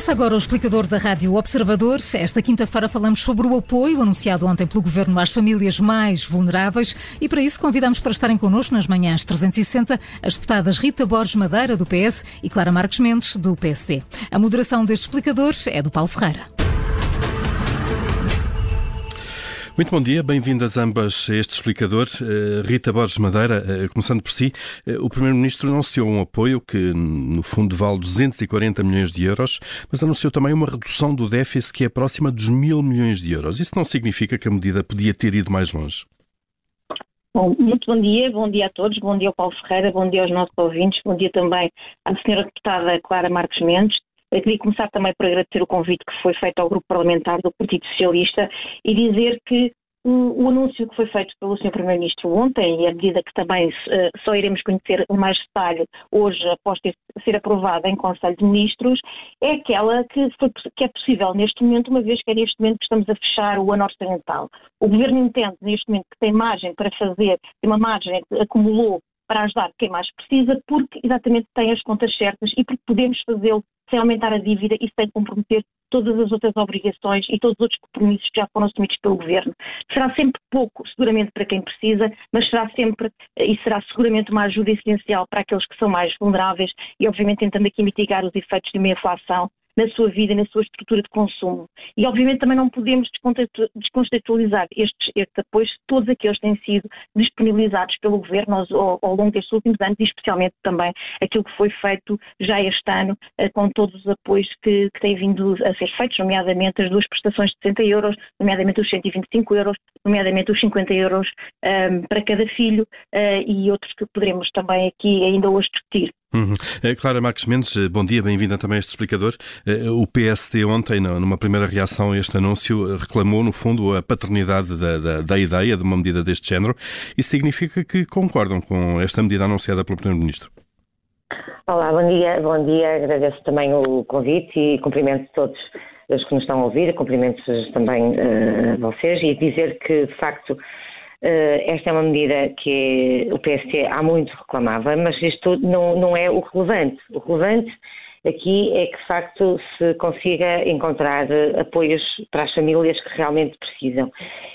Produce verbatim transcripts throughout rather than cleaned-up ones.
Começa agora o explicador da Rádio Observador. Esta quinta-feira falamos sobre o apoio anunciado ontem pelo Governo às famílias mais vulneráveis e para isso convidamos para estarem connosco nas manhãs trezentos e sessenta as deputadas Rita Borges Madeira, do P S, e Clara Marques Mendes, do P S D. A moderação deste explicador é do Paulo Ferreira. Muito bom dia, bem-vindas ambas a este explicador. Uh, Rita Borges Madeira, uh, começando por si, uh, o Primeiro-Ministro anunciou um apoio que, no fundo, vale duzentos e quarenta milhões de euros, mas anunciou também uma redução do déficit que é próxima dos mil milhões de euros. Isso não significa que a medida podia ter ido mais longe? Bom, muito bom dia, bom dia a todos, bom dia ao Paulo Ferreira, bom dia aos nossos ouvintes, bom dia também à senhora deputada Clara Marques Mendes. Eu queria começar também por agradecer o convite que foi feito ao Grupo Parlamentar do Partido Socialista e dizer que o, o anúncio que foi feito pelo senhor Primeiro-Ministro ontem, e a medida que também uh, só iremos conhecer em mais detalhe hoje após ter, ser aprovada em Conselho de Ministros, é aquela que, foi, que é possível neste momento, uma vez que é neste momento que estamos a fechar o ano orçamental. O Governo entende neste momento que tem margem para fazer, tem uma margem que acumulou para ajudar quem mais precisa, porque exatamente tem as contas certas e porque podemos fazê-lo sem aumentar a dívida e sem comprometer todas as outras obrigações e todos os outros compromissos que já foram assumidos pelo Governo. Será sempre pouco, seguramente, para quem precisa, mas será sempre e será seguramente uma ajuda essencial para aqueles que são mais vulneráveis e, obviamente, tentando aqui mitigar os efeitos de uma inflação na sua vida e na sua estrutura de consumo. E, obviamente, também não podemos descontextualizar estes, estes apoios, todos aqueles que têm sido disponibilizados pelo Governo ao, ao longo destes últimos anos e, especialmente, também aquilo que foi feito já este ano, com todos os apoios que, que têm vindo a ser feitos, nomeadamente as duas prestações de sessenta euros, nomeadamente os cento e vinte e cinco euros, nomeadamente os cinquenta euros um, para cada filho uh, e outros que poderemos também aqui ainda hoje discutir. Uhum. Clara Marques Mendes, bom dia, bem-vinda também a este explicador. O P S D ontem, numa primeira reação a este anúncio, reclamou, no fundo, a paternidade da, da, da ideia de uma medida deste género. Isso significa que concordam com esta medida anunciada pelo Primeiro-Ministro? Olá, bom dia, bom dia. Agradeço também o convite e cumprimento todos os que nos estão a ouvir, cumprimento também uh, vocês e dizer que, de facto, Uh, esta é uma medida que o P S D há muito reclamava, mas isto não, não é o relevante. O relevante aqui é que, de facto, se consiga encontrar uh, apoios para as famílias que realmente precisam.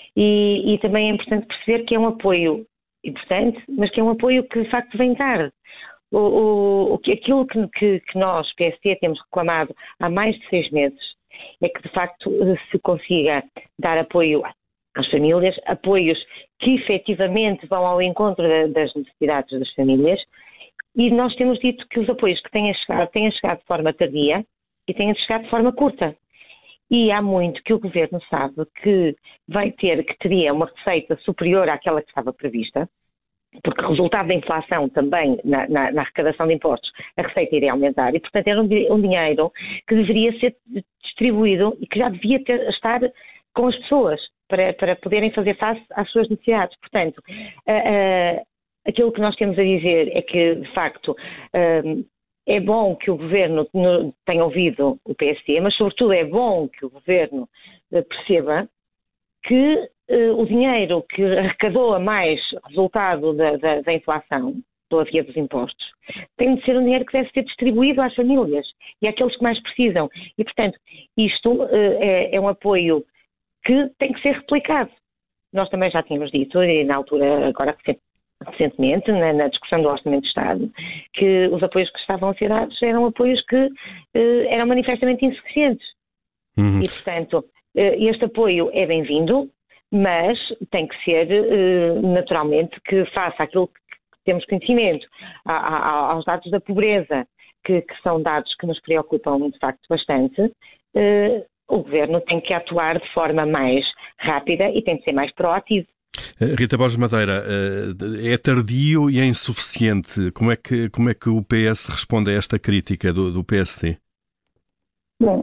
E, e também é importante perceber que é um apoio importante, mas que é um apoio que, de facto, vem tarde. O, o, aquilo que, que, que nós, P S D, temos reclamado há mais de seis meses é que, de facto, se consiga dar apoio às famílias, apoios que efetivamente vão ao encontro das necessidades das famílias, e nós temos dito que os apoios que têm chegado, têm chegado de forma tardia e têm chegado de forma curta. E há muito que o Governo sabe que vai ter, que teria uma receita superior àquela que estava prevista, porque resultado da inflação também na, na, na arrecadação de impostos, a receita iria aumentar e, portanto, era um, um dinheiro que deveria ser distribuído e que já devia ter, estar com as pessoas, Para, para poderem fazer face às suas necessidades. Portanto, uh, uh, aquilo que nós temos a dizer é que, de facto, uh, é bom que o Governo tenha ouvido o P S D, mas, sobretudo, é bom que o Governo uh, perceba que uh, o dinheiro que arrecadou a mais resultado da, da, da inflação, pela via dos impostos, tem de ser um dinheiro que deve ser distribuído às famílias e àqueles que mais precisam. E, portanto, isto uh, é, é um apoio que tem que ser replicado. Nós também já tínhamos dito, e na altura, agora recentemente, na, na discussão do Orçamento de Estado, que os apoios que estavam a ser dados eram apoios que eh, eram manifestamente insuficientes. Uhum. E, portanto, eh, este apoio é bem-vindo, mas tem que ser, eh, naturalmente, que faça aquilo que temos conhecimento, a, a, aos dados da pobreza, que, que são dados que nos preocupam, de facto, bastante. Eh, O Governo tem que atuar de forma mais rápida e tem de ser mais proativo. Rita Borges Madeira, é tardio e é insuficiente. Como é que, como é que o P S responde a esta crítica do, do P S D? Bom,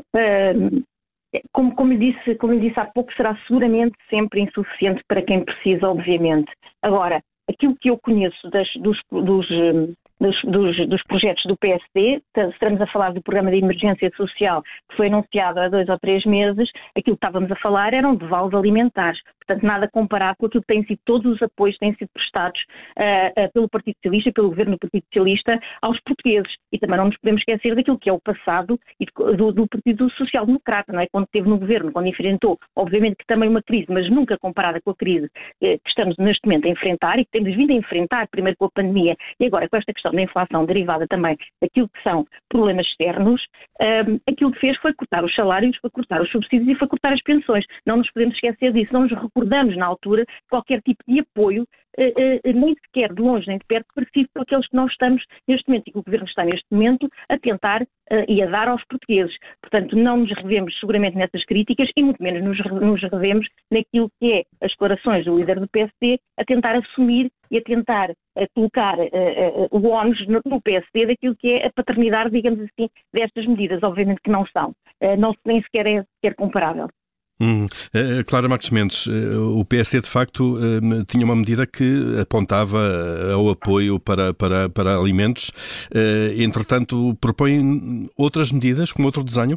como, como, lhe disse, como lhe disse há pouco, será seguramente sempre insuficiente para quem precisa, obviamente. Agora, aquilo que eu conheço das, dos, dos, dos, dos, dos projetos do P S D, estamos a falar do programa de emergência social que foi anunciado há dois ou três meses, aquilo que estávamos a falar eram de vales alimentares. Portanto, nada comparado com aquilo que têm sido todos os apoios que têm sido prestados uh, uh, pelo Partido Socialista, pelo Governo do Partido Socialista aos portugueses. E também não nos podemos esquecer daquilo que é o passado e do, do Partido Social Democrata, não é? Quando esteve no Governo, quando enfrentou, obviamente que também uma crise, mas nunca comparada com a crise eh, que estamos neste momento a enfrentar e que temos vindo a enfrentar, primeiro com a pandemia e agora com esta questão da inflação derivada também daquilo que são problemas externos, um, aquilo que fez foi cortar os salários, foi cortar os subsídios e foi cortar as pensões. Não nos podemos esquecer disso, não nos recordamos na altura qualquer tipo de apoio, uh, uh, nem sequer de longe nem de perto, parecido com aqueles que nós estamos neste momento e que o Governo está neste momento a tentar uh, e a dar aos portugueses. Portanto, não nos revemos seguramente nessas críticas e muito menos nos, nos revemos naquilo que é as declarações do líder do P S D a tentar assumir e a tentar uh, colocar uh, uh, o ónus no, no P S D daquilo que é a paternidade, digamos assim, destas medidas. Obviamente que não são. Uh, não, nem sequer é sequer comparável. Hum. Uh, Clara Marques Mendes, uh, o P S D de facto uh, tinha uma medida que apontava ao apoio para, para, para alimentos, uh, entretanto propõe outras medidas com outro desenho?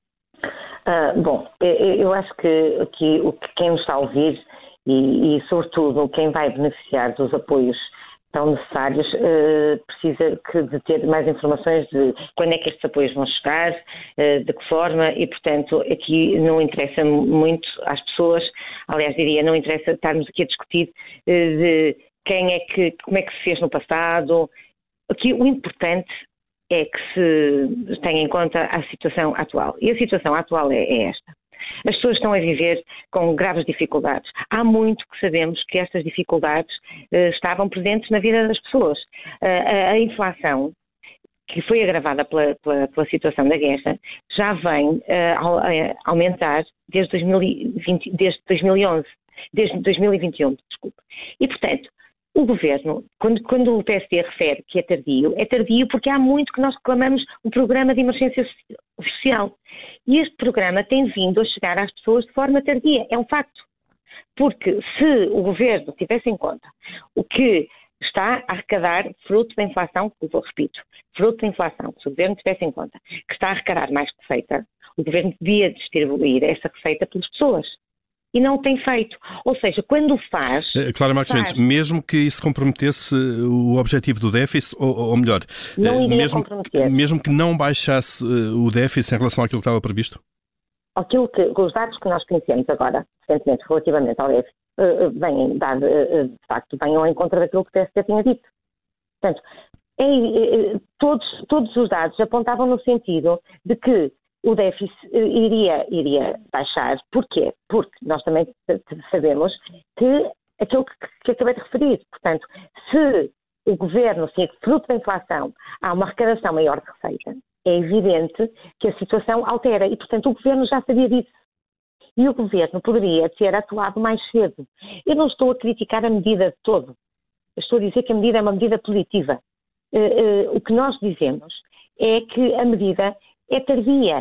Uh, bom, eu acho que aqui o que quem nos está a ouvir e, e sobretudo quem vai beneficiar dos apoios tão necessários, uh, precisa que de ter mais informações de quando é que estes apoios vão chegar, uh, de que forma, e portanto aqui não interessa muito às pessoas, aliás diria, não interessa estarmos aqui a discutir uh, de quem é que, como é que se fez no passado. Aqui o importante é que se tenha em conta a situação atual, e a situação atual é, é esta. As pessoas estão a viver com graves dificuldades. Há muito que sabemos que estas dificuldades uh, estavam presentes na vida das pessoas. Uh, a, a inflação, que foi agravada pela, pela, pela situação da guerra, já vem uh, a, a aumentar desde dois mil e vinte, desde dois mil e onze, desde dois mil e vinte e um, desculpe. E, portanto, o Governo, quando, quando o P S D refere que é tardio, é tardio porque há muito que nós reclamamos um programa de emergência social. E este programa tem vindo a chegar às pessoas de forma tardia, é um facto. Porque se o Governo tivesse em conta o que está a arrecadar fruto da inflação, que eu repito, fruto da inflação, se o Governo tivesse em conta que está a arrecadar mais receita, o Governo devia distribuir essa receita pelas pessoas. E não o tem feito. Ou seja, quando o faz... Clara Marques Mendes, mesmo que isso comprometesse o objetivo do déficit, ou, ou melhor, não iria mesmo, comprometer. mesmo que não baixasse o déficit em relação àquilo que estava previsto? Aquilo que, os dados que nós conhecemos agora, recentemente, relativamente ao déficit, vêm dar, de facto, vêm ao encontro daquilo que o P S D tinha dito. Portanto, é, é, todos, todos os dados apontavam no sentido de que o déficit iria, iria baixar. Porquê? Porque nós também sabemos que aquilo que, que acabei de referir, portanto, se o Governo, se é fruto da inflação, há uma arrecadação maior de receita, é evidente que a situação altera e, portanto, o Governo já sabia disso. E o Governo poderia ter atuado mais cedo. Eu não estou a criticar a medida de todo. Eu estou a dizer que a medida é uma medida positiva. Uh, uh, o que nós dizemos é que a medida é tardia.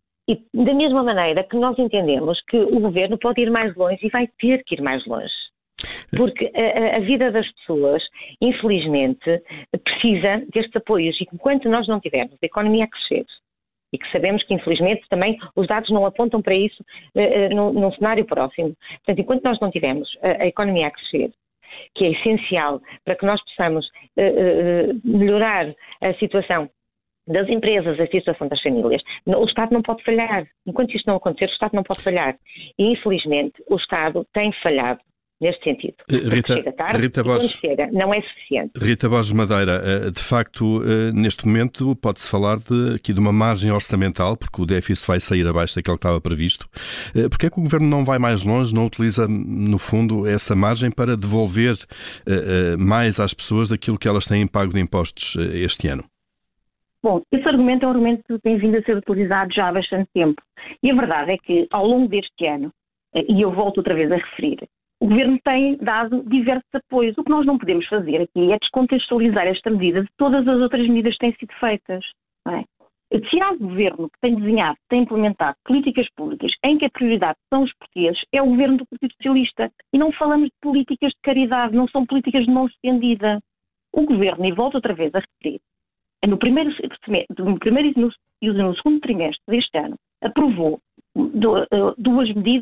E da mesma maneira que nós entendemos que o Governo pode ir mais longe e vai ter que ir mais longe. Porque a, a vida das pessoas, infelizmente, precisa destes apoios. E enquanto nós não tivermos a economia a crescer, e que sabemos que, infelizmente, também os dados não apontam para isso uh, no, num cenário próximo. Portanto, enquanto nós não tivermos a, a economia a crescer, que é essencial para que nós possamos uh, uh, melhorar a situação das empresas, a situação das famílias, o Estado não pode falhar. Enquanto isto não acontecer, o Estado não pode falhar. E, infelizmente, o Estado tem falhado neste sentido. Rita, chega tarde Rita e quando Borges, chega não é suficiente. Rita Borges Madeira, de facto, neste momento pode-se falar de, aqui de uma margem orçamental, porque o déficit vai sair abaixo daquele que estava previsto. Porquê é que o Governo não vai mais longe, não utiliza, no fundo, essa margem para devolver mais às pessoas daquilo que elas têm pago de impostos este ano? Bom, esse argumento é um argumento que tem vindo a ser utilizado já há bastante tempo. E a verdade é que, ao longo deste ano, e eu volto outra vez a referir, o Governo tem dado diversos apoios. O que nós não podemos fazer aqui é descontextualizar esta medida de todas as outras medidas que têm sido feitas. Não é? Se há um Governo que tem desenhado, que tem implementado políticas públicas em que a prioridade são os portugueses, é o Governo do Partido Socialista. E não falamos de políticas de caridade, não são políticas de mão estendida. O Governo, e volto outra vez a referir, no primeiro, no primeiro e no segundo trimestre deste ano, aprovou duas medidas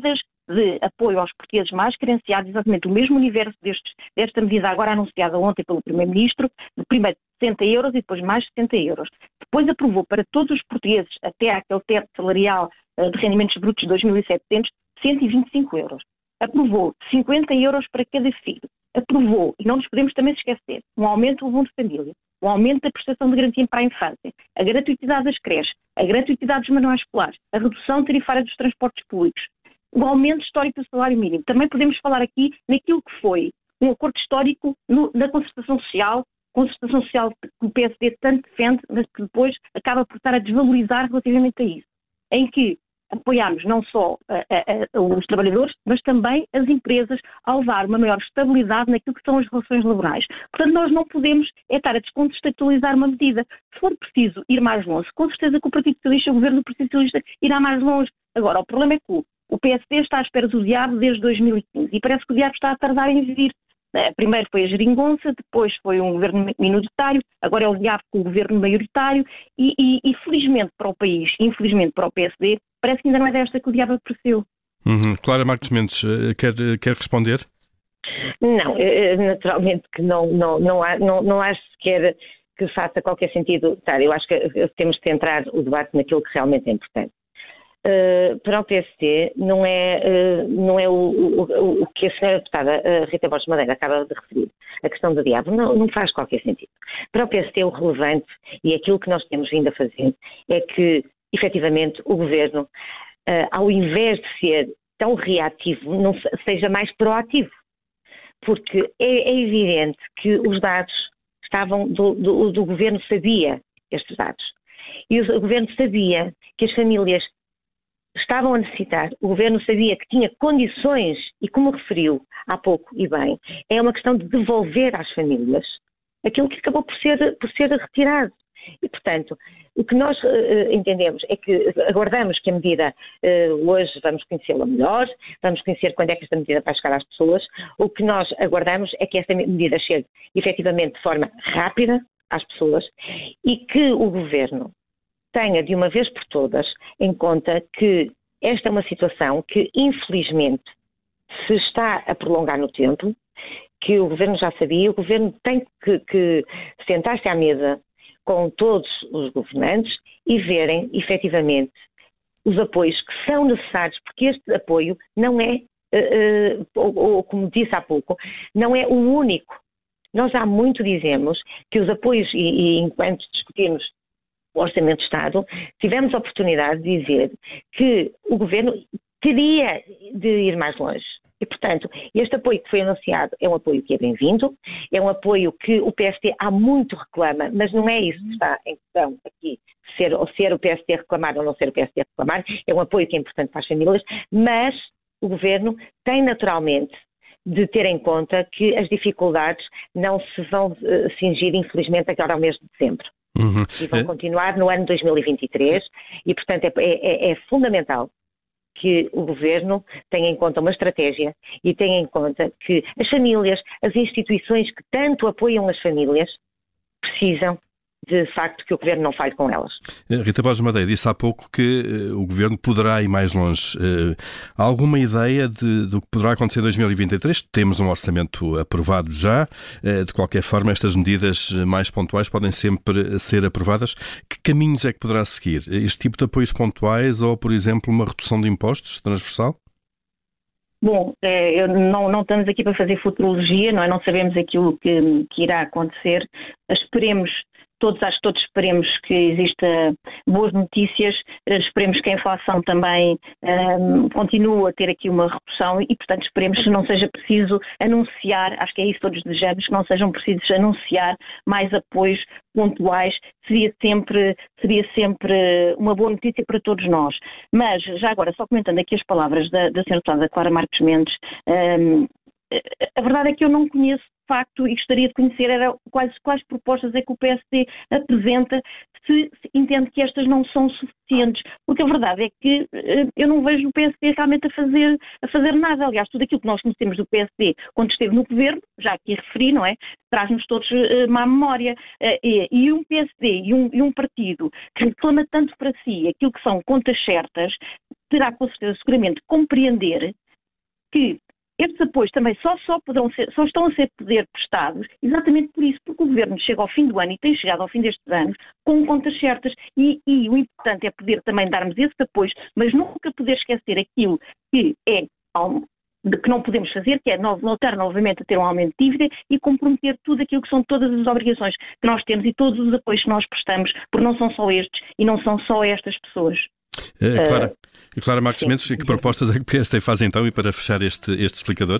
de apoio aos portugueses mais carenciados, exatamente o mesmo universo destes, desta medida agora anunciada ontem pelo Primeiro-Ministro, de primeiro sessenta euros e depois mais sessenta euros. Depois aprovou para todos os portugueses, até aquele teto salarial uh, de rendimentos brutos de dois mil e setecentos, cento e vinte e cinco euros. Aprovou cinquenta euros para cada filho. Aprovou, e não nos podemos também esquecer, um aumento do Fundo de Família, um aumento da prestação de garantia para a infância, a gratuitidade das creches, a gratuitidade dos manuais escolares, a redução tarifária dos transportes públicos, o aumento histórico do salário mínimo. Também podemos falar aqui naquilo que foi um acordo histórico no, na concertação social, concertação social que o P S D tanto defende, mas que depois acaba por estar a desvalorizar relativamente a isso, em que apoiámos não só a, a, a, os trabalhadores, mas também as empresas a levar uma maior estabilidade naquilo que são as relações laborais. Portanto, nós não podemos é estar a descontextualizar uma medida. Se for preciso ir mais longe, com certeza que o Partido Socialista, o Governo do Partido Socialista, irá mais longe. Agora, o problema é que o, o P S D está à espera do diabo desde dois mil e quinze e parece que o diabo está a tardar em vir. Primeiro foi a geringonça, depois foi um governo minoritário, agora é o diabo com o governo maioritário e, e, e felizmente para o país, infelizmente para o P S D, parece que ainda não é desta que o diabo apareceu. Uhum. Clara Marques Mendes, quer, quer responder? Não, naturalmente que não, não, não, há, não, não acho sequer que faça qualquer sentido. Tá, eu acho que temos de centrar o debate naquilo que realmente é importante. Uh, para o P S D não é, uh, não é o, o, o que a senhora deputada uh, Rita Borges Madeira acaba de referir, a questão do diabo, não, não faz qualquer sentido. Para o P S D o relevante e aquilo que nós temos vindo a fazer é que, efetivamente, o Governo, uh, ao invés de ser tão reativo, não seja mais proativo. Porque é, é evidente que os dados estavam, do, do, do Governo sabia estes dados. E o, o Governo sabia que as famílias estavam a necessitar, o Governo sabia que tinha condições, e como referiu há pouco e bem, é uma questão de devolver às famílias aquilo que acabou por ser, por ser retirado. E, portanto, o que nós uh, entendemos é que aguardamos que a medida, uh, hoje vamos conhecê-la melhor, vamos conhecer quando é que esta medida vai chegar às pessoas. O que nós aguardamos é que esta medida chegue efetivamente de forma rápida às pessoas e que o Governo tenha de uma vez por todas em conta que esta é uma situação que infelizmente se está a prolongar no tempo, que o Governo já sabia, o Governo tem que, que sentar-se à mesa com todos os governantes e verem efetivamente os apoios que são necessários, porque este apoio não é, uh, uh, ou, ou como disse há pouco, não é o único. Nós há muito dizemos que os apoios, e, e enquanto discutimos o Orçamento de Estado, tivemos a oportunidade de dizer que o Governo teria de ir mais longe. E, portanto, este apoio que foi anunciado é um apoio que é bem-vindo, é um apoio que o P S D há muito reclama, mas não é isso que está em questão aqui, ser, ou ser o P S D reclamar ou não ser o P S D reclamar, é um apoio que é importante para as famílias, mas o Governo tem naturalmente de ter em conta que as dificuldades não se vão uh, cingir, infelizmente, agora ao mês de dezembro. Uhum. E vão continuar no ano dois mil e vinte e três e, portanto, é, é, é fundamental que o Governo tenha em conta uma estratégia e tenha em conta que as famílias, as instituições que tanto apoiam as famílias, precisam de facto que o Governo não falhe com elas. Rita Borges Madeira disse há pouco que uh, o Governo poderá ir mais longe. Uh, há alguma ideia de, do que poderá acontecer em dois mil e vinte e três? Temos um orçamento aprovado já. Uh, de qualquer forma, estas medidas mais pontuais podem sempre ser aprovadas. Que caminhos é que poderá seguir? Este tipo de apoios pontuais ou, por exemplo, uma redução de impostos transversal? Bom, é, eu não, não estamos aqui para fazer futurologia, não é? Não sabemos aquilo que, que irá acontecer. Esperemos Todos, acho que todos esperemos que exista boas notícias, esperemos que a inflação também um, continue a ter aqui uma redução e, portanto, esperemos que não seja preciso anunciar, acho que é isso que todos desejamos, que não sejam precisos anunciar mais apoios pontuais, seria sempre, seria sempre uma boa notícia para todos nós. Mas, já agora, só comentando aqui as palavras da, da senhora deputada Clara Marques Mendes, um, a verdade é que eu não conheço de facto e gostaria de conhecer era quais, quais propostas é que o P S D apresenta, se, se entende que estas não são suficientes, porque a verdade é que uh, eu não vejo o P S D realmente a fazer, a fazer nada. Aliás, tudo aquilo que nós conhecemos do P S D quando esteve no Governo, já aqui referi, não é? Traz-nos todos uh, má memória. Uh, e, e um P S D e um, e um partido que reclama tanto para si aquilo que são contas certas, terá com certeza seguramente compreender que estes apoios também só, só, poderão ser, só estão a ser poder prestados exatamente por isso, porque o Governo chega ao fim do ano e tem chegado ao fim destes anos com contas certas e, e o importante é poder também darmos esses apoios, mas nunca poder esquecer aquilo que é que não podemos fazer, que é voltar novamente a ter um aumento de dívida e comprometer tudo aquilo que são todas as obrigações que nós temos e todos os apoios que nós prestamos, porque não são só estes e não são só estas pessoas. É, Clara, uh, Clara Marques Mendes, que propostas é que o P S D faz então e para fechar este, este explicador?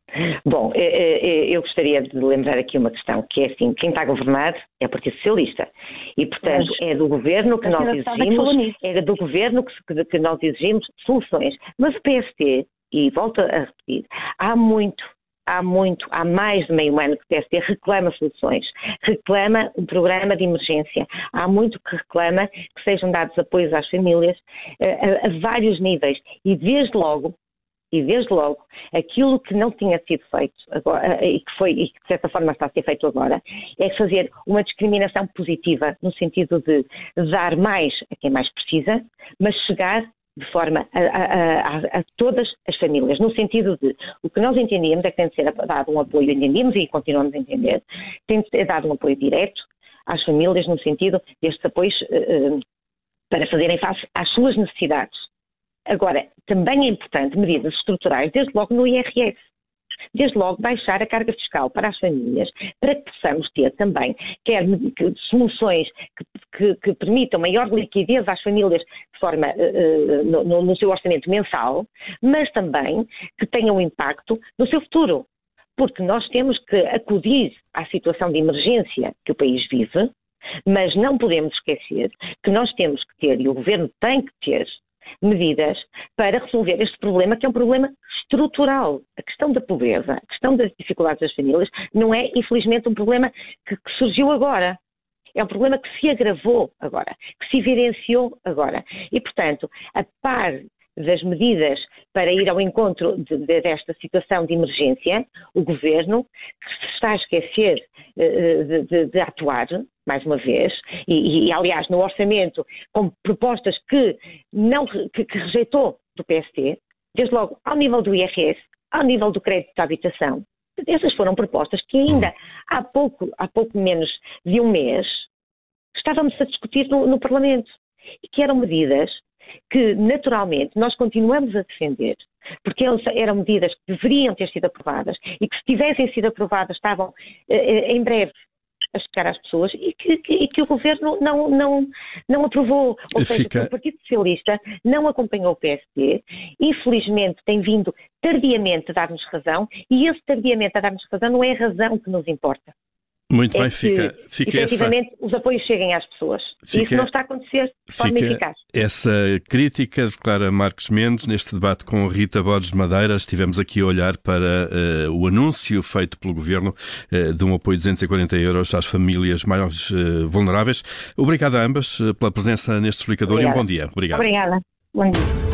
Bom, eu gostaria de lembrar aqui uma questão, que é assim, quem está a governar é o Partido Socialista e, portanto, mas, é do Governo que nós exigimos, é do Governo que, que nós exigimos soluções. Mas o P S D, e volto a repetir, há muito, há muito, há mais de meio ano que o P S D reclama soluções, reclama um programa de emergência, há muito que reclama que sejam dados apoios às famílias a, a vários níveis e desde logo, e desde logo, aquilo que não tinha sido feito agora, e que foi, e que de certa forma está a ser feito agora, é fazer uma discriminação positiva no sentido de dar mais a quem mais precisa, mas chegar de forma a, a, a, a todas as famílias, no sentido de, o que nós entendíamos é que tem de ser dado um apoio, entendíamos e continuamos a entender, tem de ser dado um apoio direto às famílias, no sentido destes apoios uh, para fazerem face às suas necessidades. Agora, também é importante medidas estruturais, desde logo no I R S, desde logo baixar a carga fiscal para as famílias, para que possamos ter também quer soluções que, que, que permitam maior liquidez às famílias de forma uh, no, no seu orçamento mensal, mas também que tenham impacto no seu futuro, porque nós temos que acudir à situação de emergência que o país vive, mas não podemos esquecer que nós temos que ter, e o Governo tem que ter, medidas para resolver este problema, que é um problema estrutural. A questão da pobreza, a questão das dificuldades das famílias, não é, infelizmente, um problema que, que surgiu agora. É um problema que se agravou agora, que se evidenciou agora. E, portanto, a par das medidas para ir ao encontro de, de, desta situação de emergência, o Governo, que se está a esquecer uh, de, de, de atuar, mais uma vez, e, e aliás no orçamento com propostas que, não, que, que rejeitou do P S D, desde logo ao nível do I R S, ao nível do crédito de habitação. Essas foram propostas que ainda há pouco, há pouco menos de um mês estávamos a discutir no, no Parlamento e que eram medidas que naturalmente nós continuamos a defender, porque eram medidas que deveriam ter sido aprovadas e que se tivessem sido aprovadas estavam eh, em breve a chegar às pessoas e que, que, e que o Governo não, não, não aprovou. Ou seja, Fica... o Partido Socialista não acompanhou o P S D, infelizmente tem vindo tardiamente a dar-nos razão e esse tardiamente a dar-nos razão não é a razão que nos importa. Muito é bem, que, fica, fica efetivamente, essa... os apoios cheguem às pessoas. Fica, e isso não está a acontecer de forma fica eficaz. Essa crítica de Clara Marques Mendes neste debate com Rita Borges Madeira. Estivemos aqui a olhar para uh, o anúncio feito pelo Governo uh, de um apoio de duzentos e quarenta euros às famílias mais uh, vulneráveis. Obrigado a ambas uh, pela presença neste explicador. Obrigada. E um bom dia. Obrigado. Obrigada. Bom dia.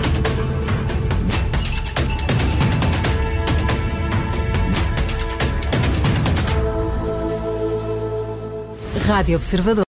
Rádio Observador.